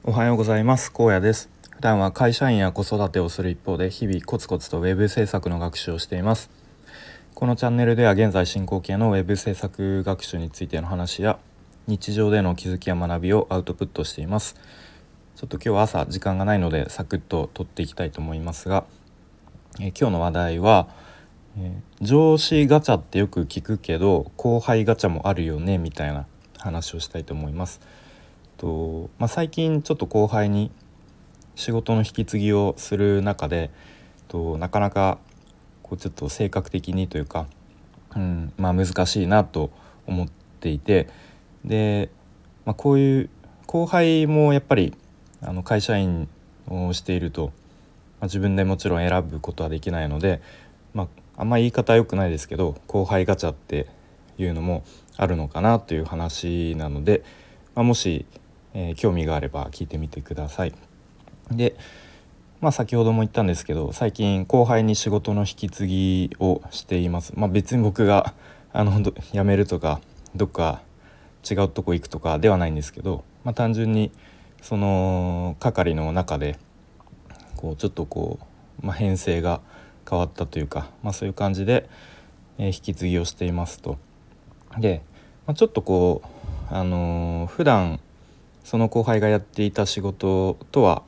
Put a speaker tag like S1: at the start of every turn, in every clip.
S1: おはようございます。高野です。普段は会社員や子育てをする一方で日々コツコツとウェブ制作の学習をしています。このチャンネルでは現在進行形のウェブ制作学習についての話や日常での気づきや学びをアウトプットしています。ちょっと今日は朝時間がないのでサクッと撮っていきたいと思いますが、今日の話題は、上司ガチャってよく聞くけど後輩ガチャもあるよねみたいな話をしたいと思います。最近ちょっと後輩に仕事の引き継ぎをする中でなかなかちょっと性格的にというか、難しいなと思っていて、で、こういう後輩もやっぱり会社員をしていると、自分でもちろん選ぶことはできないので、あんま言い方は良くないですけど後輩ガチャっていうのもあるのかなという話なので、もし、興味があれば聞いてみてください。で、先ほども言ったんですけど最近後輩に仕事の引き継ぎをしています。別に僕が辞めるとかどっか違うとこ行くとかではないんですけど、単純にその係の中でちょっと編成が変わったというか、そういう感じで、引き継ぎをしていますと。で、ちょっと普段その後輩がやっていた仕事とは、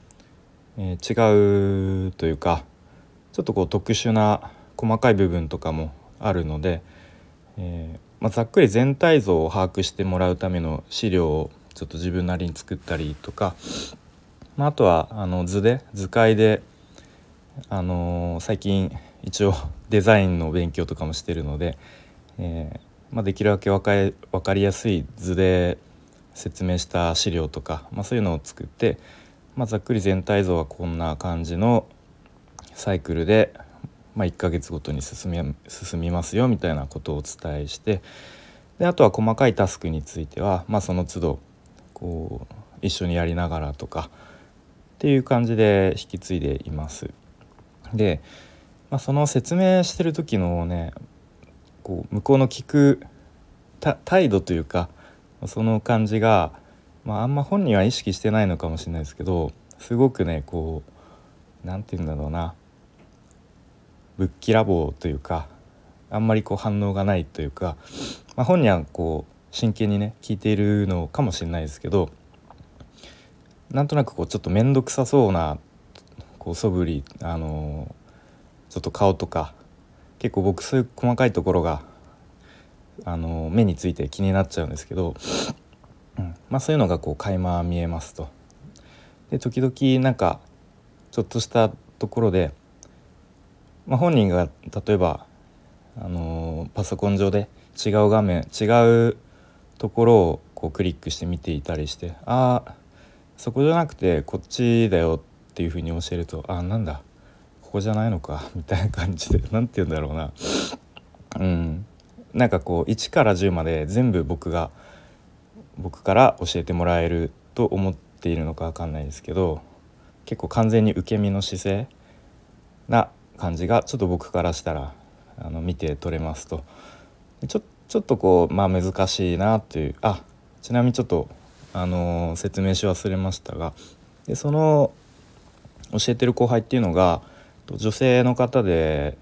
S1: 違うというかちょっと特殊な細かい部分とかもあるので、ざっくり全体像を把握してもらうための資料をちょっと自分なりに作ったりとか、あとは図解で、最近一応デザインの勉強とかもしてるので、できるだけ分かりやすい図で説明した資料とか、そういうのを作って、ざっくり全体像はこんな感じのサイクルで、1ヶ月ごとに進みますよみたいなことをお伝えして、であとは細かいタスクについては、その都度一緒にやりながらとかっていう感じで引き継いでいます。で、その説明してる時のね向こうの聞く態度というかその感じが、あんま本人は意識してないのかもしれないですけど、すごくねなんて言うんだろうな、ぶっきらぼうというかあんまり反応がないというか、本人は真剣にね聞いているのかもしれないですけど、なんとなくちょっと面倒くさそうな素振り、ちょっと顔とか結構僕そういう細かいところが目について気になっちゃうんですけど、そういうのが垣間見えますと。で時々なんかちょっとしたところで、本人が例えばパソコン上で違う画面違うところをクリックして見ていたりして、そこじゃなくてこっちだよっていうふうに教えると、なんだここじゃないのかみたいな感じでなんて言うんだろうな、なんか1から10まで全部僕から教えてもらえると思っているのか分かんないですけど、結構完全に受け身の姿勢な感じがちょっと僕からしたら見て取れますと。ちょっと難しいなという、ちなみにちょっと説明し忘れましたが、でその教えてる後輩っていうのが女性の方で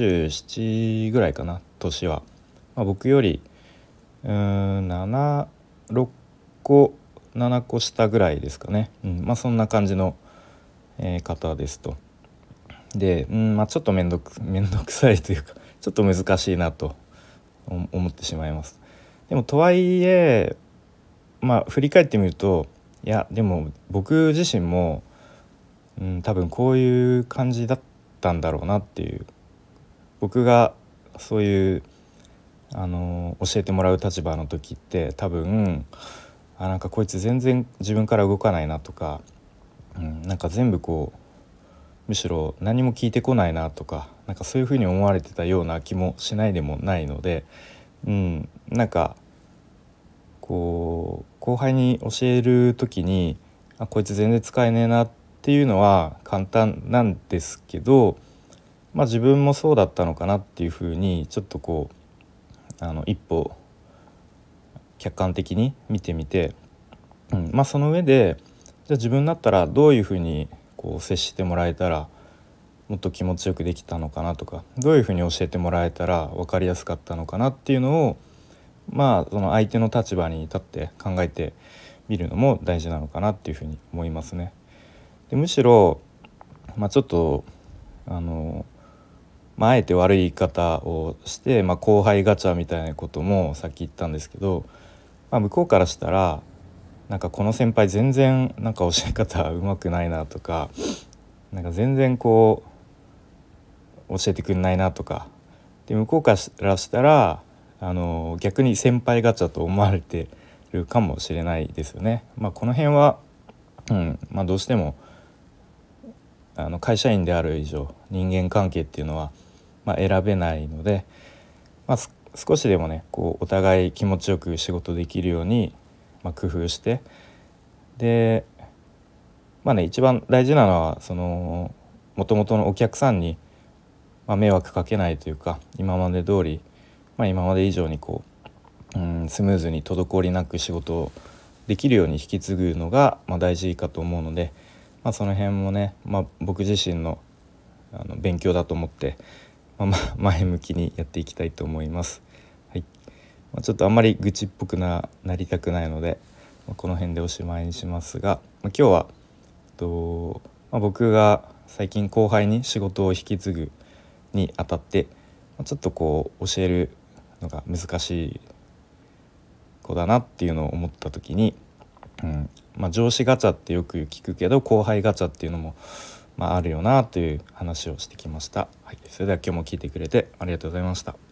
S1: 27ぐらいかな、年は。僕より6個7個下ぐらいですかね、そんな感じの、方ですと。で、ちょっと面倒くさいというかちょっと難しいなと思ってしまいます。でもとはいえ振り返ってみると、いやでも僕自身も、多分こういう感じだったんだろうなっていう、僕がそういう教えてもらう立場の時って多分なんかこいつ全然自分から動かないなとか、なんか全部むしろ何も聞いてこないなとか、なんかそういうふうに思われてたような気もしないでもないので、なんか後輩に教える時にこいつ全然使えねえなっていうのは簡単なんですけど、自分もそうだったのかなっていうふうにちょっと一歩客観的に見てみて、その上でじゃあ自分だったらどういうふうにこう接してもらえたらもっと気持ちよくできたのかなとか、どういうふうに教えてもらえたら分かりやすかったのかなっていうのを、その相手の立場に立って考えてみるのも大事なのかなっていうふうに思いますね。でむしろ、ちょっとあえて悪い言い方をして、後輩ガチャみたいなこともさっき言ったんですけど、向こうからしたらこの先輩全然教え方うまくないなとか、全然こう教えてくんないなとかで、向こうからしたら逆に先輩ガチャと思われてるかもしれないですよね。この辺は、どうしても会社員である以上人間関係っていうのは、選べないので、少しでもねこうお互い気持ちよく仕事できるように、工夫して、で一番大事なのはその元々のお客さんに、迷惑かけないというか、今まで通り、今まで以上にこう、スムーズに滞りなく仕事をできるように引き継ぐのが、大事かと思うので、その辺もね、僕自身の勉強だと思って、前向きにやっていきたいと思います。はい。ちょっとあんまり愚痴っぽくなりたくないので、この辺でおしまいにしますが、今日は僕が最近後輩に仕事を引き継ぐにあたって、ちょっとこう教えるのが難しい子だなっていうのを思った時に、上司ガチャってよく聞くけど後輩ガチャっていうのも、あるよなという話をしてきました。はい、それでは今日も聞いてくれてありがとうございました。